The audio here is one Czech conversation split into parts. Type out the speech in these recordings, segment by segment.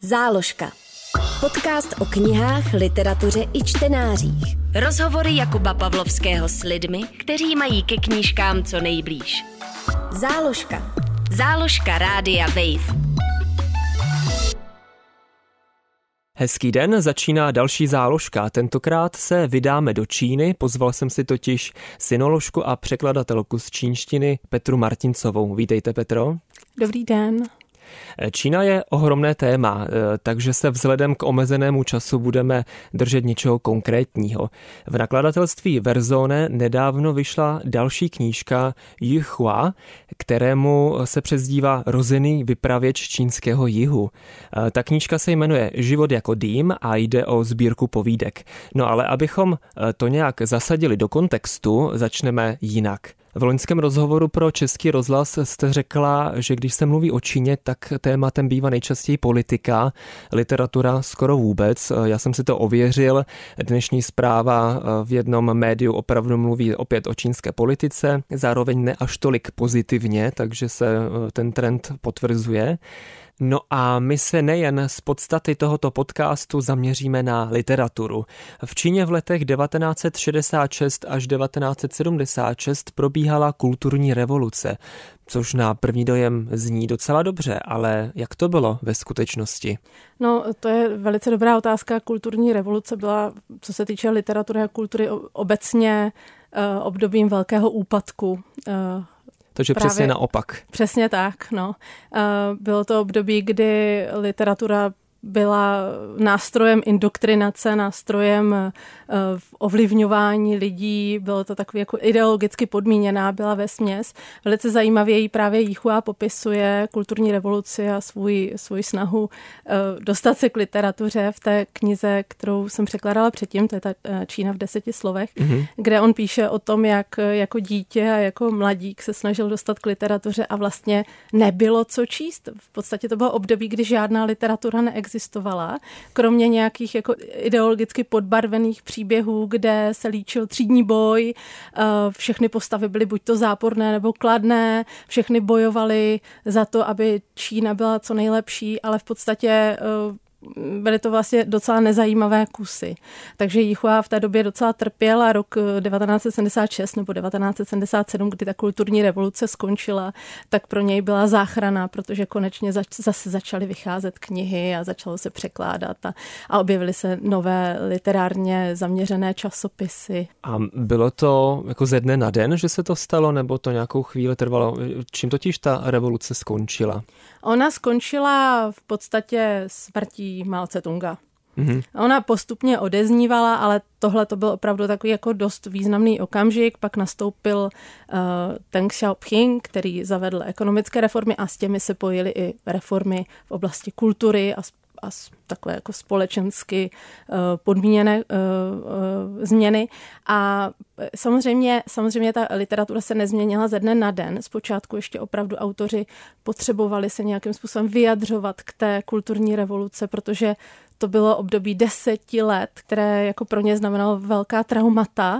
Záložka. Podcast o knihách, literatuře i čtenářích. Rozhovory Jakuba Pavlovského s lidmi, kteří mají ke knížkám co nejblíž. Záložka. Záložka Rádia Wave. Hezký den, začíná další záložka. Tentokrát se vydáme do Číny, pozval jsem si totiž sinoložku a překladatelku z čínštiny Petru Martincovou. Vítejte, Petro. Dobrý den. Čína je ohromné téma, takže se vzhledem k omezenému času budeme držet něčeho konkrétního. V nakladatelství Verzone nedávno vyšla další knížka Yihua, kterému se přezdívá Rozený vypravěč čínského jihu. Ta knížka se jmenuje Život jako dým a jde o sbírku povídek. No ale abychom to nějak zasadili do kontextu, začneme jinak. V loňském rozhovoru pro Český rozhlas jste řekla, že když se mluví o Číně, tak tématem bývá nejčastěji politika, literatura skoro vůbec. Já jsem si to ověřil. Dnešní zpráva v jednom médiu opravdu mluví opět o čínské politice, zároveň ne až tolik pozitivně, takže se ten trend potvrzuje. No a my se nejen z podstaty tohoto podcastu zaměříme na literaturu. V Číně v letech 1966 až 1976 probíhala kulturní revoluce, což na první dojem zní docela dobře, ale jak to bylo ve skutečnosti? No, to je velice dobrá otázka. Kulturní revoluce byla, co se týče literatury a kultury, obecně obdobím velkého úpadku. Takže právě, přesně naopak. Přesně tak, no. Bylo to období, kdy literatura byla nástrojem indoktrinace, nástrojem ovlivňování lidí, bylo to takový jako ideologicky podmíněná, byla vesměs. Velice zajímavě jí právě Yihua popisuje kulturní revoluci a svůj snahu dostat se k literatuře v té knize, kterou jsem překládala předtím, to je ta Čína v 10 slovech, kde on píše o tom, jak jako dítě a jako mladík se snažil dostat k literatuře a vlastně nebylo co číst. V podstatě to bylo období, kdy žádná literatura neexistovala, kromě nějakých jako ideologicky podbarvených příběhů, kde se líčil třídní boj, všechny postavy byly buď to záporné nebo kladné, všechny bojovali za to, aby Čína byla co nejlepší, ale v podstatě byly to vlastně docela nezajímavé kusy. Takže Yihua v té době docela trpěl a rok 1976 nebo 1977, kdy ta kulturní revoluce skončila, tak pro něj byla záchrana, protože konečně zase začaly vycházet knihy a začalo se překládat a objevily se nové literárně zaměřené časopisy. A bylo to jako ze dne na den, že se to stalo, nebo to nějakou chvíli trvalo? Čím totiž ta revoluce skončila? Ona skončila v podstatě smrtí Mao Tse-tunga. Ona postupně odeznívala, ale tohle to byl opravdu takový jako dost významný okamžik. Pak nastoupil Deng Xiaoping, který zavedl ekonomické reformy a s těmi se pojily i reformy v oblasti kultury a takové jako společensky podmíněné změny. A samozřejmě ta literatura se nezměnila ze dne na den. Zpočátku ještě opravdu autoři potřebovali se nějakým způsobem vyjadřovat k té kulturní revoluce, protože to bylo období 10 let, které jako pro ně znamenalo velká traumata.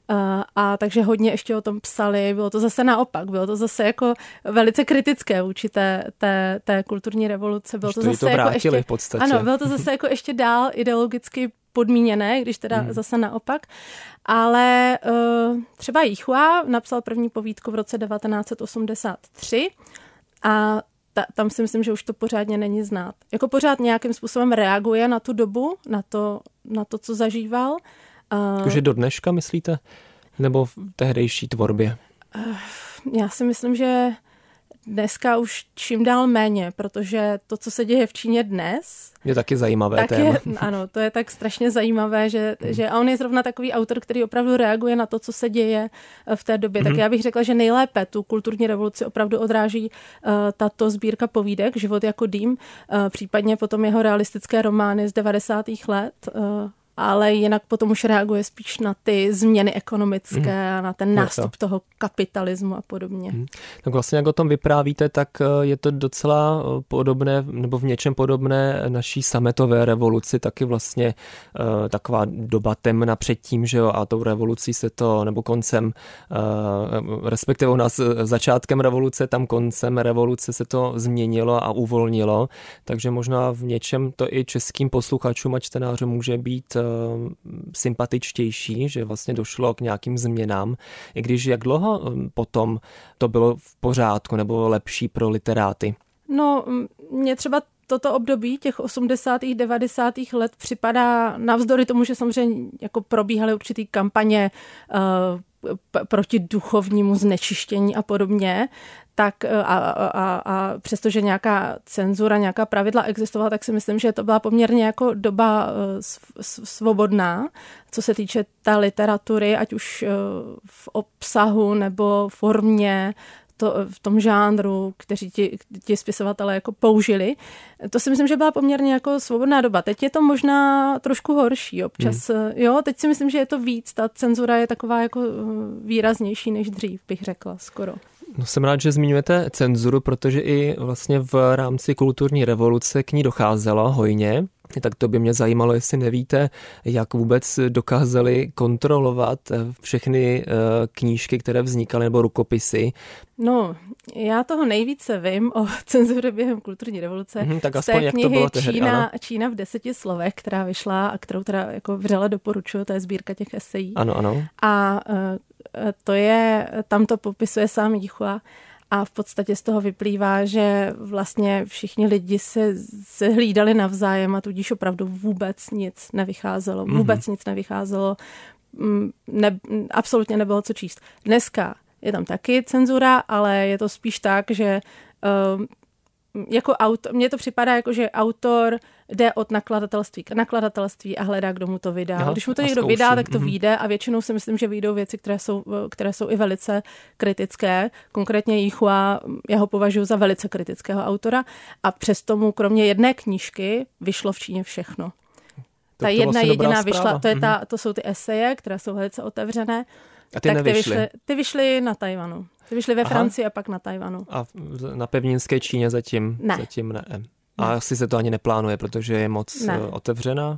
A takže hodně ještě o tom psali. Bylo to zase naopak. Bylo to zase jako velice kritické vůči té kulturní revoluce. Bylo to zase jako ještě, v podstatě. Ano, bylo to zase jako ještě dál ideologicky podmíněné, když teda zase naopak. Ale třeba Yihua napsal první povídku v roce 1983 a tam si myslím, že už to pořádně není znát. Jako pořád nějakým způsobem reaguje na tu dobu, na to, co zažíval. Takže do dneška myslíte? Nebo v tehdejší tvorbě? Já si myslím, že dneska už čím dál méně, protože to, co se děje v Číně dnes... Je taky zajímavé téma. Ano, to je tak strašně zajímavé, že a on je zrovna takový autor, který opravdu reaguje na to, co se děje v té době. Tak já bych řekla, že nejlépe tu kulturní revoluci opravdu odráží tato sbírka povídek, Život jako dým, případně potom jeho realistické romány z 90. let, ale jinak potom už reaguje spíš na ty změny ekonomické a na ten nástup toho kapitalismu a podobně. Tak vlastně, jak o tom vyprávíte, tak je to docela podobné, nebo v něčem podobné naší sametové revoluci, taky vlastně taková doba temna předtím, že jo, a tou revolucí se to, nebo koncem, respektive u nás začátkem revoluce, tam koncem revoluce se to změnilo a uvolnilo, takže možná v něčem to i českým posluchačům a čtenářům může být sympatičtější, že vlastně došlo k nějakým změnám, i když jak dlouho potom to bylo v pořádku nebo lepší pro literáty? No, mě třeba toto období těch 80. 90. let připadá, navzdory tomu, že samozřejmě jako probíhaly určitý kampaně proti duchovnímu znečištění a podobně, tak a přestože nějaká cenzura, nějaká pravidla existovala, tak si myslím, že to byla poměrně jako doba svobodná, co se týče té literatury, ať už v obsahu nebo formě, v tom žánru, kteří ti spisovatelé jako použili. To si myslím, že byla poměrně jako svobodná doba. Teď je to možná trošku horší občas. Jo, teď si myslím, že je to víc. Ta cenzura je taková jako výraznější než dřív, bych řekla skoro. No, jsem rád, že zmiňujete cenzuru, protože i vlastně v rámci kulturní revoluce k ní docházelo hojně. Tak to by mě zajímalo, jestli nevíte, jak vůbec dokázali kontrolovat všechny knížky, které vznikaly, nebo rukopisy. No, já toho nejvíce vím o cenzuře během kulturní revoluce. Tak z té aspoň, knihy jak to bylo tehdy, Čína v 10 slovech, která vyšla a kterou teda jako vřele doporučuji, to je sbírka těch esejí. Ano. A to je, tam to popisuje sám Jichua. A v podstatě z toho vyplývá, že vlastně všichni lidi se hlídali navzájem a tudíž opravdu vůbec nic nevycházelo. Vůbec nic nevycházelo. Absolutně nebylo co číst. Dneska je tam taky cenzura, ale je to spíš tak, že jako mně to připadá jako, že autor jde od nakladatelství k nakladatelství a hledá, kdo mu to vydá. Aha, když mu to někdo vydá, tak to vyjde a většinou si myslím, že vyjdou věci, které jsou i velice kritické. Konkrétně Jichua, já ho považuji za velice kritického autora a přesto mu kromě jedné knížky vyšlo v Číně všechno. Ta jedna vlastně jediná vyšla, to jsou ty eseje, které jsou velice otevřené. A ty nevyšly? Ty vyšly na Tajvanu. Ty vyšly ve Francii a pak na Tajvanu. A na pevninské Číně zatím ne. A asi se to ani neplánuje, protože je moc otevřená?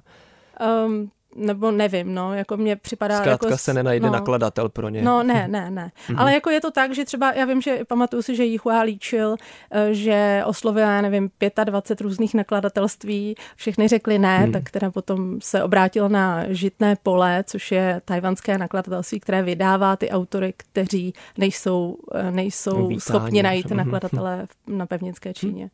Nebo nevím, no, jako mně připadá... Zkrátka jako, se nenajde nakladatel pro ně. No, ne. Ale jako je to tak, že třeba, já vím, že pamatuju si, že Jichua líčil, že oslovil, já nevím, 25 různých nakladatelství, všechny řekli ne, tak teda potom se obrátil na Žitné pole, což je tajvanské nakladatelství, které vydává ty autory, kteří nejsou schopni najít nakladatele na pevninské Číně.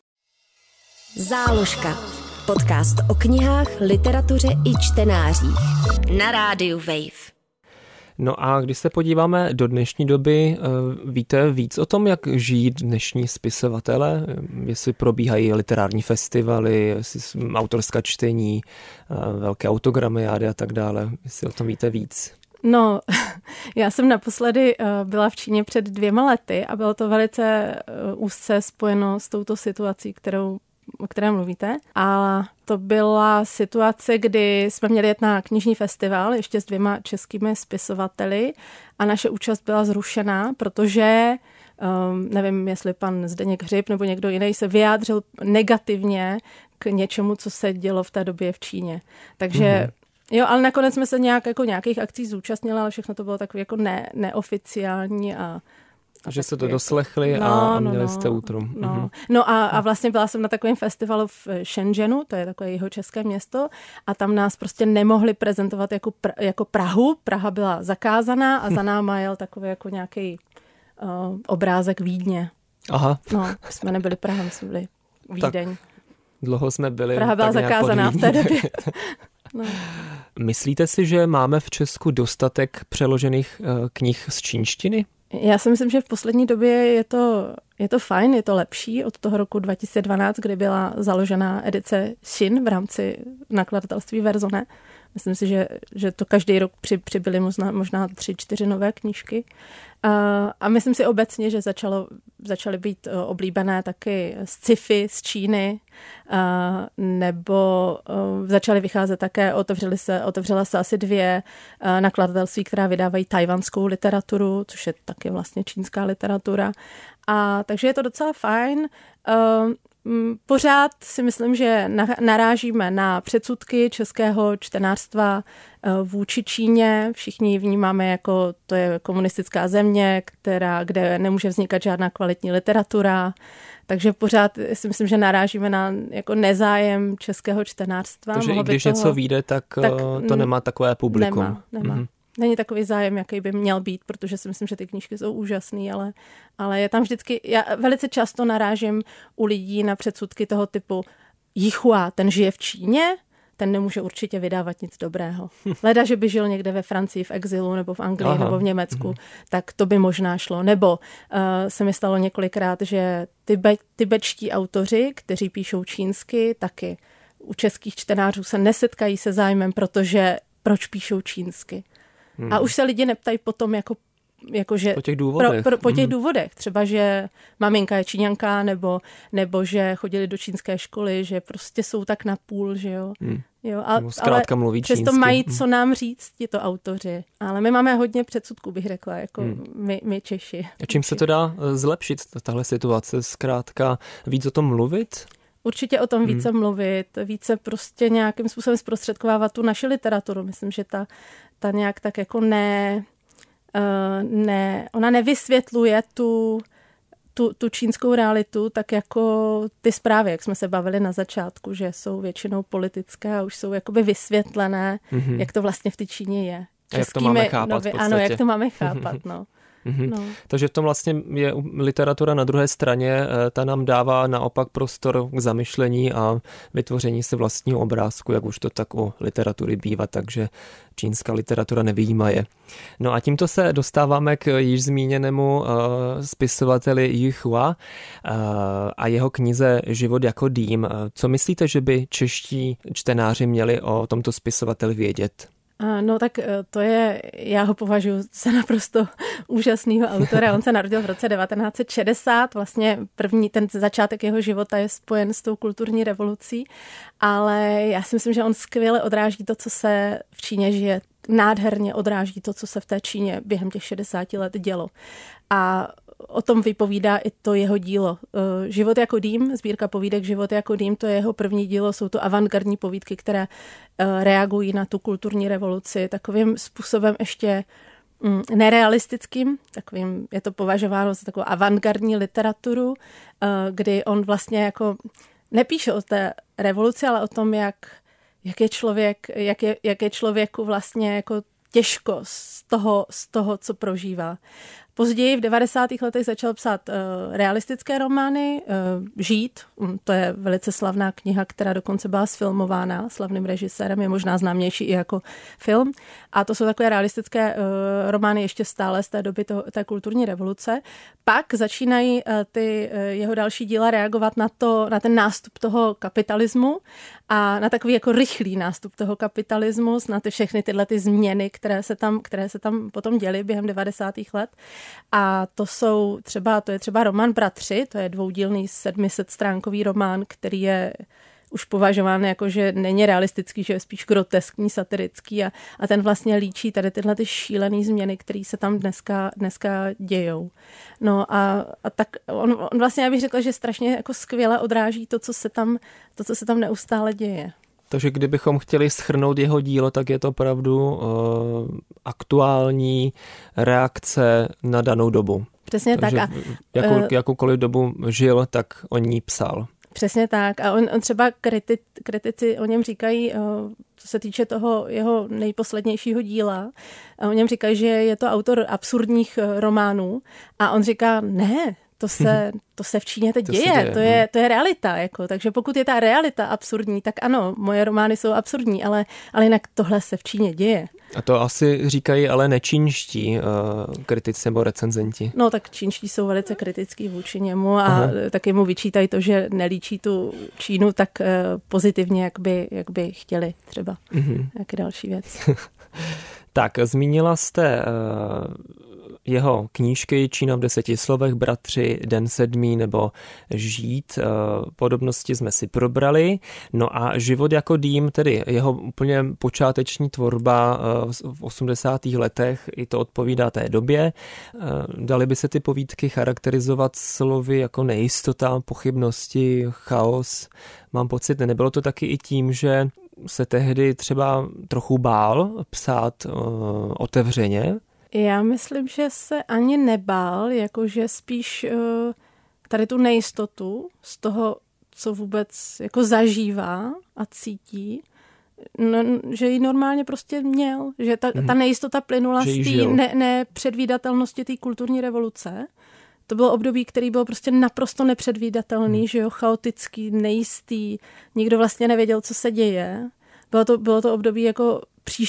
Záložka. Podcast o knihách, literatuře i čtenářích. Na rádiu Wave. No a když se podíváme do dnešní doby, víte víc o tom, jak žijí dnešní spisovatelé? Jestli probíhají literární festivaly, jestli autorská čtení, velké autogramiády a tak dále. Jestli o tom víte víc? No, já jsem naposledy byla v Číně před 2 lety a bylo to velice úzce spojeno s touto situací, o které mluvíte. A to byla situace, kdy jsme měli jet na knižní festival ještě s 2 českými spisovateli a naše účast byla zrušena, protože nevím, jestli pan Zdeněk Hřib nebo někdo jiný se vyjádřil negativně k něčemu, co se dělo v té době v Číně. Takže jo, ale nakonec jsme se nějakých akcí zúčastnili, ale všechno to bylo takové jako neoficiální a že se to doslechli a měli jste útrum. No a vlastně byla jsem na takovém festivalu v Shenzhenu, to je takové jihočeské město, a tam nás prostě nemohli prezentovat jako Prahu. Praha byla zakázaná a za náma jel takový jako nějaký obrázek Vídně. Aha. No, jsme nebyli Praha, my jsme byli Vídeň. Tak dlouho jsme byli. Praha byla zakázaná v té době. No. Myslíte si, že máme v Česku dostatek přeložených knih z čínštiny? Já si myslím, že v poslední době je to fajn, je to lepší od toho roku 2012, kdy byla založena edice Xin v rámci nakladatelství Verzone. Myslím si, že to každý rok přibyly možná 3-4 nové knížky. A myslím si obecně, že začaly být oblíbené taky sci-fi z Číny, nebo začaly vycházet také, otevřela se asi 2 nakladatelství, která vydávají tajvanskou literaturu, což je taky vlastně čínská literatura. Takže je to docela fajn. Pořád si myslím, že narážíme na předsudky českého čtenářstva vůči Číně. Všichni ji vnímáme jako to je komunistická země, kde nemůže vznikat žádná kvalitní literatura. Takže pořád si myslím, že narážíme na jako nezájem českého čtenářstva. Takže i když něco vyjde, tak to nemá takové publikum. Nemá. Mm-hmm. Není takový zájem, jaký by měl být, protože si myslím, že ty knížky jsou úžasný, ale je tam vždycky, já velice často narážím u lidí na předsudky toho typu Jichua, ten žije v Číně, ten nemůže určitě vydávat nic dobrého. Leda, že by žil někde ve Francii v exilu, nebo v Anglii, nebo v Německu, tak to by možná šlo. Nebo se mi stalo několikrát, že tibetští autoři, kteří píšou čínsky, taky u českých čtenářů se nesetkají se zájmem, protože proč píšou čínsky. A už se lidi neptají potom jakože po těch důvodech. Po těch důvodech. Třeba, že maminka je Číňanka, nebo že chodili do čínské školy, že prostě jsou tak napůl, že jo. Jo, ale mluví přesto čínsky. mají co nám říct tito autoři. Ale my máme hodně předsudků, bych řekla, jako my Češi. A čím se to dá zlepšit, tahle situace? Zkrátka víc o tom mluvit? Určitě o tom více mluvit, více prostě nějakým způsobem zprostředkovávat tu naši literaturu. Myslím, že ta nějak tak jako ona nevysvětluje tu čínskou realitu, tak jako ty zprávy, jak jsme se bavili na začátku, že jsou většinou politické a už jsou jakoby vysvětlené, jak to vlastně v té Číně je. A jak to máme chápat v podstatě. Ano, jak to máme chápat, no. No. Takže v tom vlastně je literatura na druhé straně, ta nám dává naopak prostor k zamyšlení a vytvoření si vlastního obrázku, jak už to tak u literatury bývá, takže čínská literatura nevyjímaje. No a tímto se dostáváme k již zmíněnému spisovateli Jichua a jeho knize Život jako dým. Co myslíte, že by čeští čtenáři měli o tomto spisovateli vědět? No tak já ho považuji za naprosto úžasného autora. On se narodil v roce 1960, vlastně ten začátek jeho života je spojen s tou kulturní revolucí, ale já si myslím, že on skvěle odráží to, co se v Číně žije, nádherně odráží to, co se v té Číně během těch 60 let dělo. A o tom vypovídá i to jeho dílo. Život jako dým, sbírka povídek Život jako dým, to je jeho první dílo, jsou to avantgardní povídky, které reagují na tu kulturní revoluci takovým způsobem ještě nerealistickým, takovým, je to považováno za takovou avantgardní literaturu, kdy on vlastně jako nepíše o té revoluci, ale o tom, jak je člověku vlastně jako těžko z toho, co prožívá. Později v 90. letech začal psát realistické romány, Žít, to je velice slavná kniha, která dokonce byla sfilmována slavným režisérem, je možná známější i jako film. A to jsou takové realistické romány ještě stále z té doby té kulturní revoluce. Pak začínají ty jeho další díla reagovat na ten nástup toho kapitalismu a na takový jako rychlý nástup toho kapitalismu, na všechny tyhle ty změny, které se tam potom děly během 90. let. A to je třeba román Bratři, to je dvoudílný 700stránkový román, který je už považován jako, že není realistický, že je spíš groteskní, satirický a ten vlastně líčí tady tyhle ty šílený změny, které se tam dneska dějou. No a tak on vlastně, já bych řekla, že strašně jako skvěle odráží to, co se tam neustále děje. Takže kdybychom chtěli shrnout jeho dílo, tak je to opravdu aktuální reakce na danou dobu. Přesně takže tak. Jakoukoliv dobu žil, tak o ní psal. Přesně tak. A on třeba kritici o něm říkají, co se týče toho jeho nejposlednějšího díla, o něm říkají, že je to autor absurdních románů a on říká, ne, to se v Číně teď děje. To je realita. Jako. Takže pokud je ta realita absurdní, tak ano, moje romány jsou absurdní, ale jinak tohle se v Číně děje. A to asi říkají ale nečínští kritici nebo recenzenti. No tak čínští jsou velice kritický vůči němu a taky mu vyčítají to, že nelíčí tu Čínu tak pozitivně, jak by chtěli třeba. Jak další věc. Tak, zmínila jste jeho knížky Čína v 10 slovech, Bratři, Den 7 nebo Žít. Podobnosti jsme si probrali. No a Život jako dým, tedy jeho úplně počáteční tvorba v 80. letech, i to odpovídá té době. Dali by se ty povídky charakterizovat slovy jako nejistota, pochybnosti, chaos. Mám pocit, nebylo to taky i tím, že se tehdy třeba trochu bál psát otevřeně? Já myslím, že se ani nebál, jakože spíš tady tu nejistotu z toho, co vůbec jako zažívá a cítí, no, že ji normálně prostě měl, že ta nejistota plynula z té nepředvídatelnosti té kulturní revoluce. To bylo období, který byl prostě naprosto nepředvídatelný, že jo, chaotický, nejistý, nikdo vlastně nevěděl, co se děje. Bylo to období jako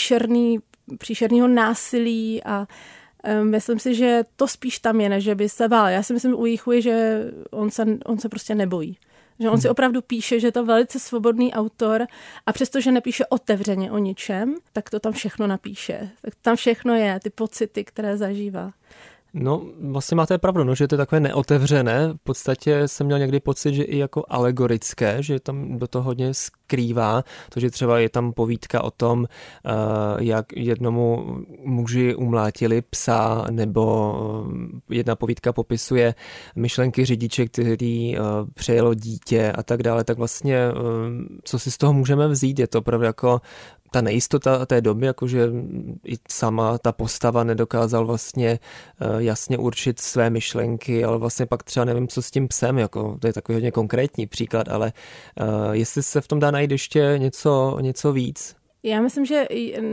příšernýho násilí a myslím si, že to spíš tam je, než že by se bál. Já si myslím u Jichuji, že on se prostě nebojí. Že on si opravdu píše, že je to velice svobodný autor a přestože nepíše otevřeně o ničem, tak to tam všechno napíše. Tak tam všechno je, ty pocity, které zažívá. No, vlastně máte pravdu, no, že to je takové neotevřené. V podstatě jsem měl někdy pocit, že i jako alegorické, že tam do toho hodně skrývá. To, že třeba je tam povídka o tom, jak jednomu muži umlátili psa, nebo jedna povídka popisuje myšlenky řidiče, který přejelo dítě a tak dále. Tak vlastně, co si z toho můžeme vzít, je to opravdu jako ta nejistota té doby, jakože i sama ta postava nedokázal vlastně jasně určit své myšlenky, ale vlastně pak třeba nevím, co s tím psem, jako to je takový hodně konkrétní příklad, ale jestli se v tom dá najít ještě něco víc. Já myslím, že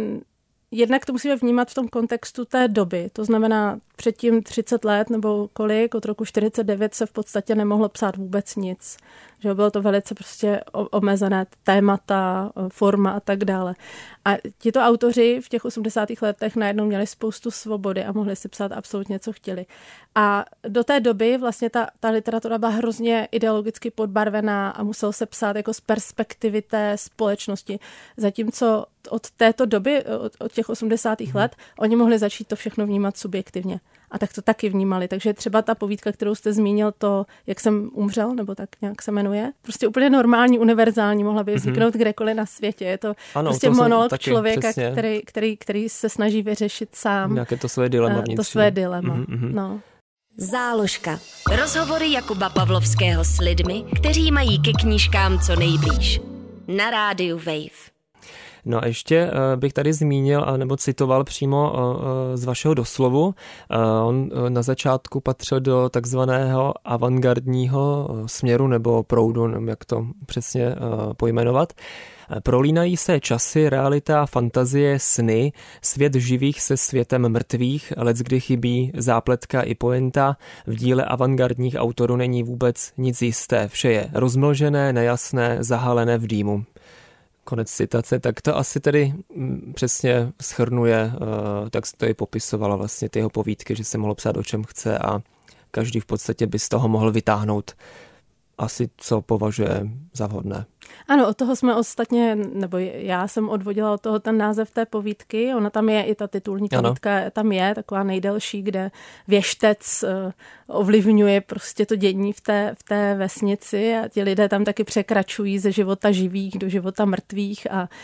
jednak to musíme vnímat v tom kontextu té doby, to znamená předtím 30 let nebo kolik, od roku 49 se v podstatě nemohlo psát vůbec nic. Že bylo to velice prostě omezené témata, forma a tak dále. A tito autoři v těch 80. letech najednou měli spoustu svobody a mohli si psát absolutně, co chtěli. A do té doby vlastně ta literatura byla hrozně ideologicky podbarvená a musel se psát jako z perspektivy té společnosti. Zatímco od této doby, od těch 80. let, oni mohli začít to všechno vnímat subjektivně. A tak to taky vnímali. Takže třeba ta povídka, kterou jste zmínil, to, jak jsem umřel, nebo tak nějak se jmenuje, prostě úplně normální, univerzální, mohla by vzniknout kdekoliv na světě. Je to prostě monolog člověka, který se snaží vyřešit sám. Nějaké to své dilema vnitřní. To své dilema, no. Záložka. Rozhovory Jakuba Pavlovského s lidmi, kteří mají ke knížkám co nejblíž. Na rádiu Wave. No a ještě bych tady zmínil, nebo citoval přímo z vašeho doslovu. On na začátku patřil do takzvaného avantgardního směru nebo proudu, nevím, jak to přesně pojmenovat. Prolínají se časy, realita, fantazie, sny, svět živých se světem mrtvých, leckdy chybí zápletka i pointa. V díle avantgardních autorů není vůbec nic jisté, vše je rozmlžené, nejasné, zahalené v dýmu. Konec citace, tak to asi tedy přesně shrnuje, tak se to i popisovala vlastně ty jeho povídky, že se mohlo psát o čem chce a každý v podstatě by z toho mohl vytáhnout asi, co považuje za vhodné. Ano, od toho jsme ostatně, nebo já jsem odvodila od toho ten název té povídky, ona tam je i ta titulní povídka, ano. Tam je taková nejdelší, kde věštec ovlivňuje prostě to dění v té vesnici a ti lidé tam taky překračují ze života živých do života mrtvých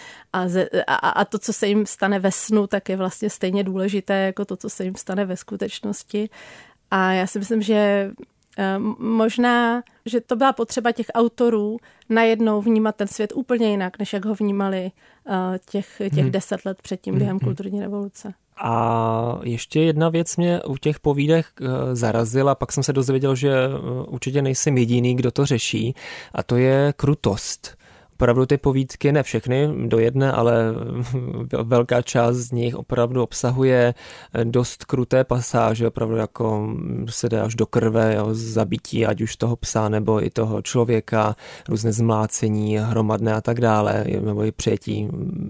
a to, co se jim stane ve snu, tak je vlastně stejně důležité jako to, co se jim stane ve skutečnosti. A já si myslím, že možná, že to byla potřeba těch autorů najednou vnímat ten svět úplně jinak, než jak ho vnímali těch 10 let předtím během kulturní revoluce. A ještě jedna věc mě u těch povídek zarazila, pak jsem se dozvěděl, že určitě nejsem jediný, kdo to řeší, a to je krutost. Opravdu ty povídky, ne všechny do jedné, ale velká část z nich opravdu obsahuje dost kruté pasáže, opravdu jako se jde až do krve, jo, zabití, ať už toho psa nebo i toho člověka, různé zmlácení hromadné a tak dále, nebo i přijetí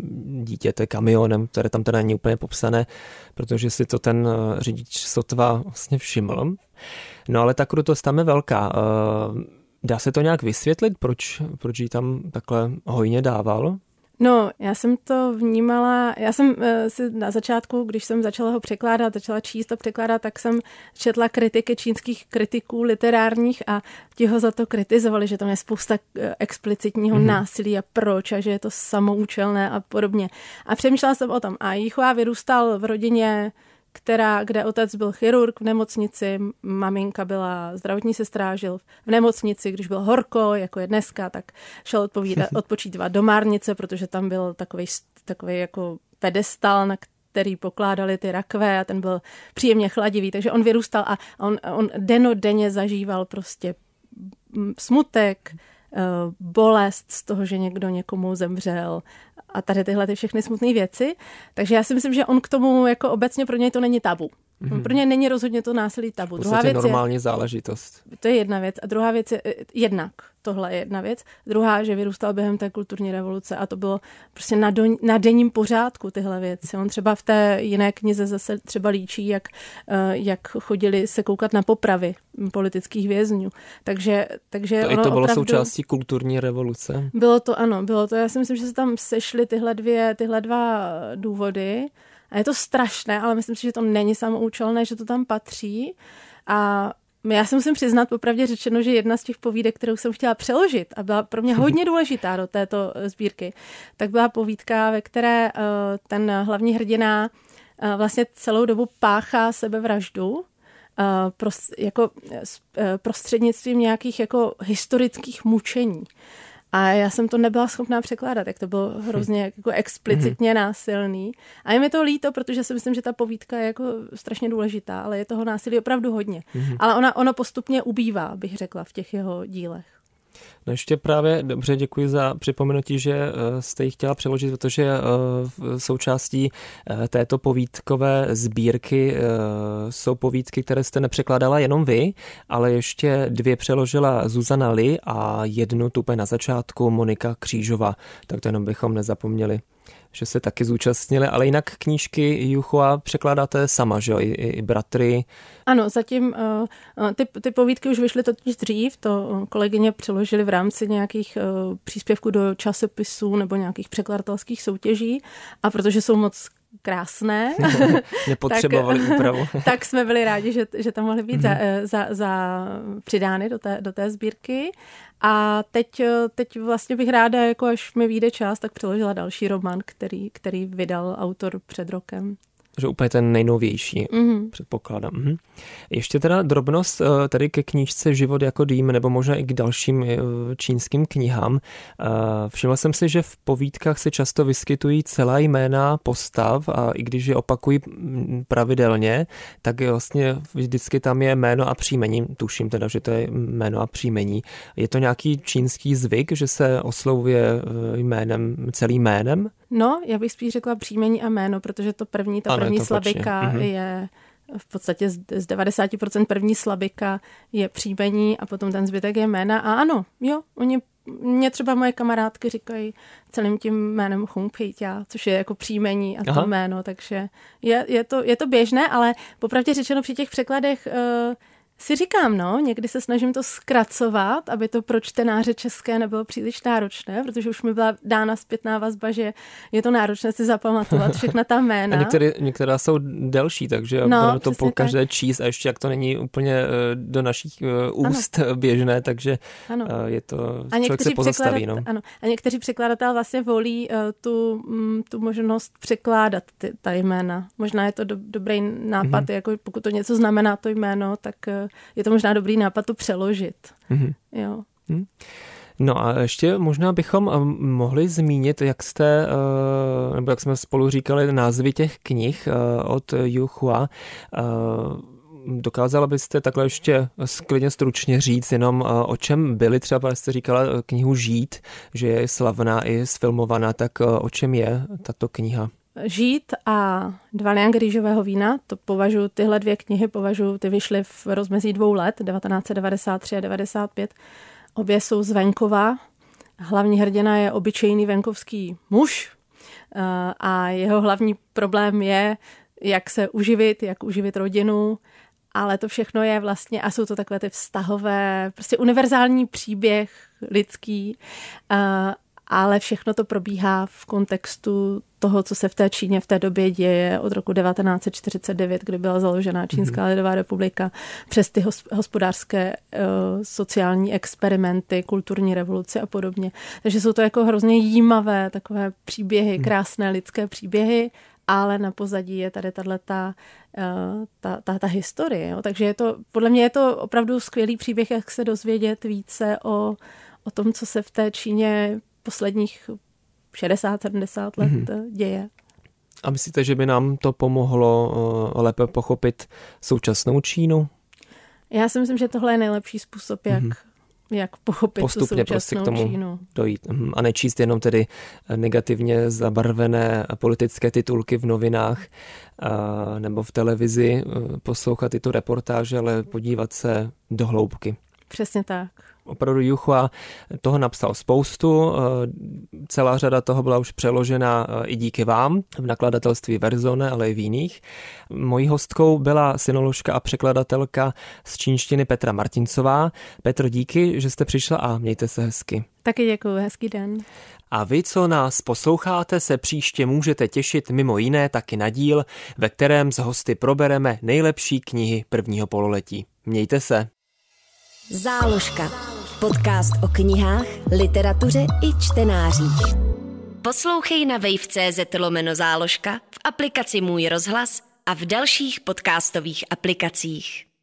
dítěte kamionem, které tam teda není úplně popsané, protože si to ten řidič sotva vlastně všiml. No ale ta krutost tam je velká. Dá se to nějak vysvětlit, proč ji tam takhle hojně dával? No, já jsem to vnímala, já jsem si na začátku, když jsem začala ho překládat, začala číst a překládat, tak jsem četla kritiky čínských kritiků literárních a ti ho za to kritizovali, že tam je spousta explicitního násilí a proč a že je to samoučelné a podobně. A přemýšlela jsem o tom. A Jichua vyrůstal v rodině, kde otec byl chirurg v nemocnici, maminka byla zdravotní sestra, žil v nemocnici, když byl horko, jako je dneska, tak šel odpočívat do Márnice, protože tam byl takový jako pedestal, na který pokládali ty rakve a ten byl příjemně chladivý, takže on vyrůstal a on dennodenně zažíval prostě smutek, bolest z toho, že někdo někomu zemřel a tady tyhle ty všechny smutné věci. Takže já si myslím, že on k tomu jako obecně pro něj to není tabu. Pro něj není rozhodně to násilí tabu. Druhá věc normální záležitost. To je jedna věc. A druhá věc je tohle je jedna věc. Druhá, že vyrůstal během té kulturní revoluce a to bylo prostě na denním pořádku tyhle věci. On třeba v té jiné knize zase třeba líčí, jak chodili se koukat na popravy politických vězňů. Takže to bylo opravdu součástí kulturní revoluce. Bylo to. Já si myslím, že se tam sešly tyhle dva důvody. A je to strašné, ale myslím si, že to není samoučelné, že to tam patří. A já si musím přiznat, popravdě řečeno, že jedna z těch povídek, kterou jsem chtěla přeložit a byla pro mě hodně důležitá do této sbírky, tak byla povídka, ve které ten hlavní hrdina vlastně celou dobu páchá sebevraždu prostřednictvím nějakých jako historických mučení. A já jsem to nebyla schopná překládat, jak to bylo hrozně jako explicitně násilný. A je mi to líto, protože si myslím, že ta povídka je jako strašně důležitá, ale je toho násilí opravdu hodně. Ale ono postupně ubývá, bych řekla, v těch jeho dílech. No ještě právě dobře, děkuji za připomenutí, že jste ji chtěla přeložit, protože v součástí této povídkové sbírky jsou povídky, které jste nepřekládala jenom vy, ale ještě 2 přeložila Zuzana Li a 1 tu na začátku Monika Křížová. Tak to jenom bychom nezapomněli, že se taky zúčastnili, ale jinak knížky Jichua překládáte sama, že jo, i bratry. Ano, zatím ty povídky už vyšly totiž dřív, to kolegyně přeložily v rámci nějakých příspěvků do časopisů nebo nějakých překladatelských soutěží a protože jsou moc krásné. Nepotřebovali úpravu. Tak jsme byli rádi, že tam mohly být přidány do té sbírky. A teď vlastně bych ráda, jako až mi vyjde čas, tak přeložila další román, který vydal autor před rokem. Že úplně ten nejnovější, předpokládám. Ještě teda drobnost tady ke knížce Život jako dým, nebo možná i k dalším čínským knihám. Všiml jsem si, že v povídkách se často vyskytují celá jména postav a i když je opakují pravidelně, tak vlastně vždycky tam je jméno a příjmení. Tuším teda, že to je jméno a příjmení. Je to nějaký čínský zvyk, že se oslovuje celým jménem? No, já bych spíš řekla příjmení a jméno, protože ta první slabika je v podstatě z 90% první slabika je příjmení a potom ten zbytek je jména. A ano, jo, mě třeba moje kamarádky říkají celým tím jménem Hung Peitia, což je jako příjmení a to jméno, takže je to běžné, ale popravdě řečeno při těch překladech si říkám, někdy se snažím to zkracovat, aby to pro čtenáře české nebylo příliš náročné, protože už mi byla dána zpětná vazba, že je to náročné si zapamatovat všechna ta jména. A některá jsou delší, takže to po každé číst a ještě jak to není úplně do našich úst běžné, takže je to, člověk se pozastaví. Ano. A někteří překladatelé vlastně volí tu možnost překládat ta jména. Možná je to dobrý nápad, jako pokud to něco znamená to jméno, tak je to možná dobrý nápad to přeložit. Jo. No a ještě možná bychom mohli zmínit, jak jsme spolu říkali, názvy těch knih od Jichua. Dokázala byste takhle ještě klidně stručně říct jenom o čem byly, třeba jste říkala knihu Žít, že je slavná i sfilmovaná, tak o čem je tato kniha? Žít a 2 liangy rýžového vína, tyhle 2 knihy ty vyšly v rozmezí 2 let, 1993 a 1995. Obě jsou z venkova. Hlavní hrdina je obyčejný venkovský muž, A jeho hlavní problém je, jak se uživit, jak uživit rodinu, ale to všechno je vlastně, a jsou to takové ty vztahové, prostě univerzální příběh lidský, ale všechno to probíhá v kontextu toho, co se v té Číně v té době děje od roku 1949, kdy byla založena Čínská lidová republika, přes ty hospodářské sociální experimenty, kulturní revoluce a podobně. Takže jsou to jako hrozně jímavé takové příběhy, krásné lidské příběhy, ale na pozadí je tady ta historie. Jo? Takže je to, podle mě je to opravdu skvělý příběh, jak se dozvědět více o tom, co se v té Číně posledních 60-70 let děje. A myslíte, že by nám to pomohlo lépe pochopit současnou Čínu? Já si myslím, že tohle je nejlepší způsob, jak pochopit postupně tu současnou k tomu Čínu. Dojít. A nečíst jenom tedy negativně zabarvené politické titulky v novinách nebo v televizi, poslouchat tyto reportáže, ale podívat se do hloubky. Přesně tak. Opravdu Juchua toho napsal spoustu, celá řada toho byla už přeložena i díky vám v nakladatelství Verzone, ale i v jiných. Mojí hostkou byla sinoložka a překladatelka z čínštiny Petra Martincová. Petro, díky, že jste přišla a mějte se hezky. Taky děkuji, hezký den. A vy, co nás posloucháte, se příště můžete těšit mimo jiné taky na díl, ve kterém s hosty probereme nejlepší knihy prvního pololetí. Mějte se. Záložka. Podcast o knihách, literatuře i čtenářích. Poslouchej na wave.cz/záložka, v aplikaci Můj rozhlas a v dalších podcastových aplikacích.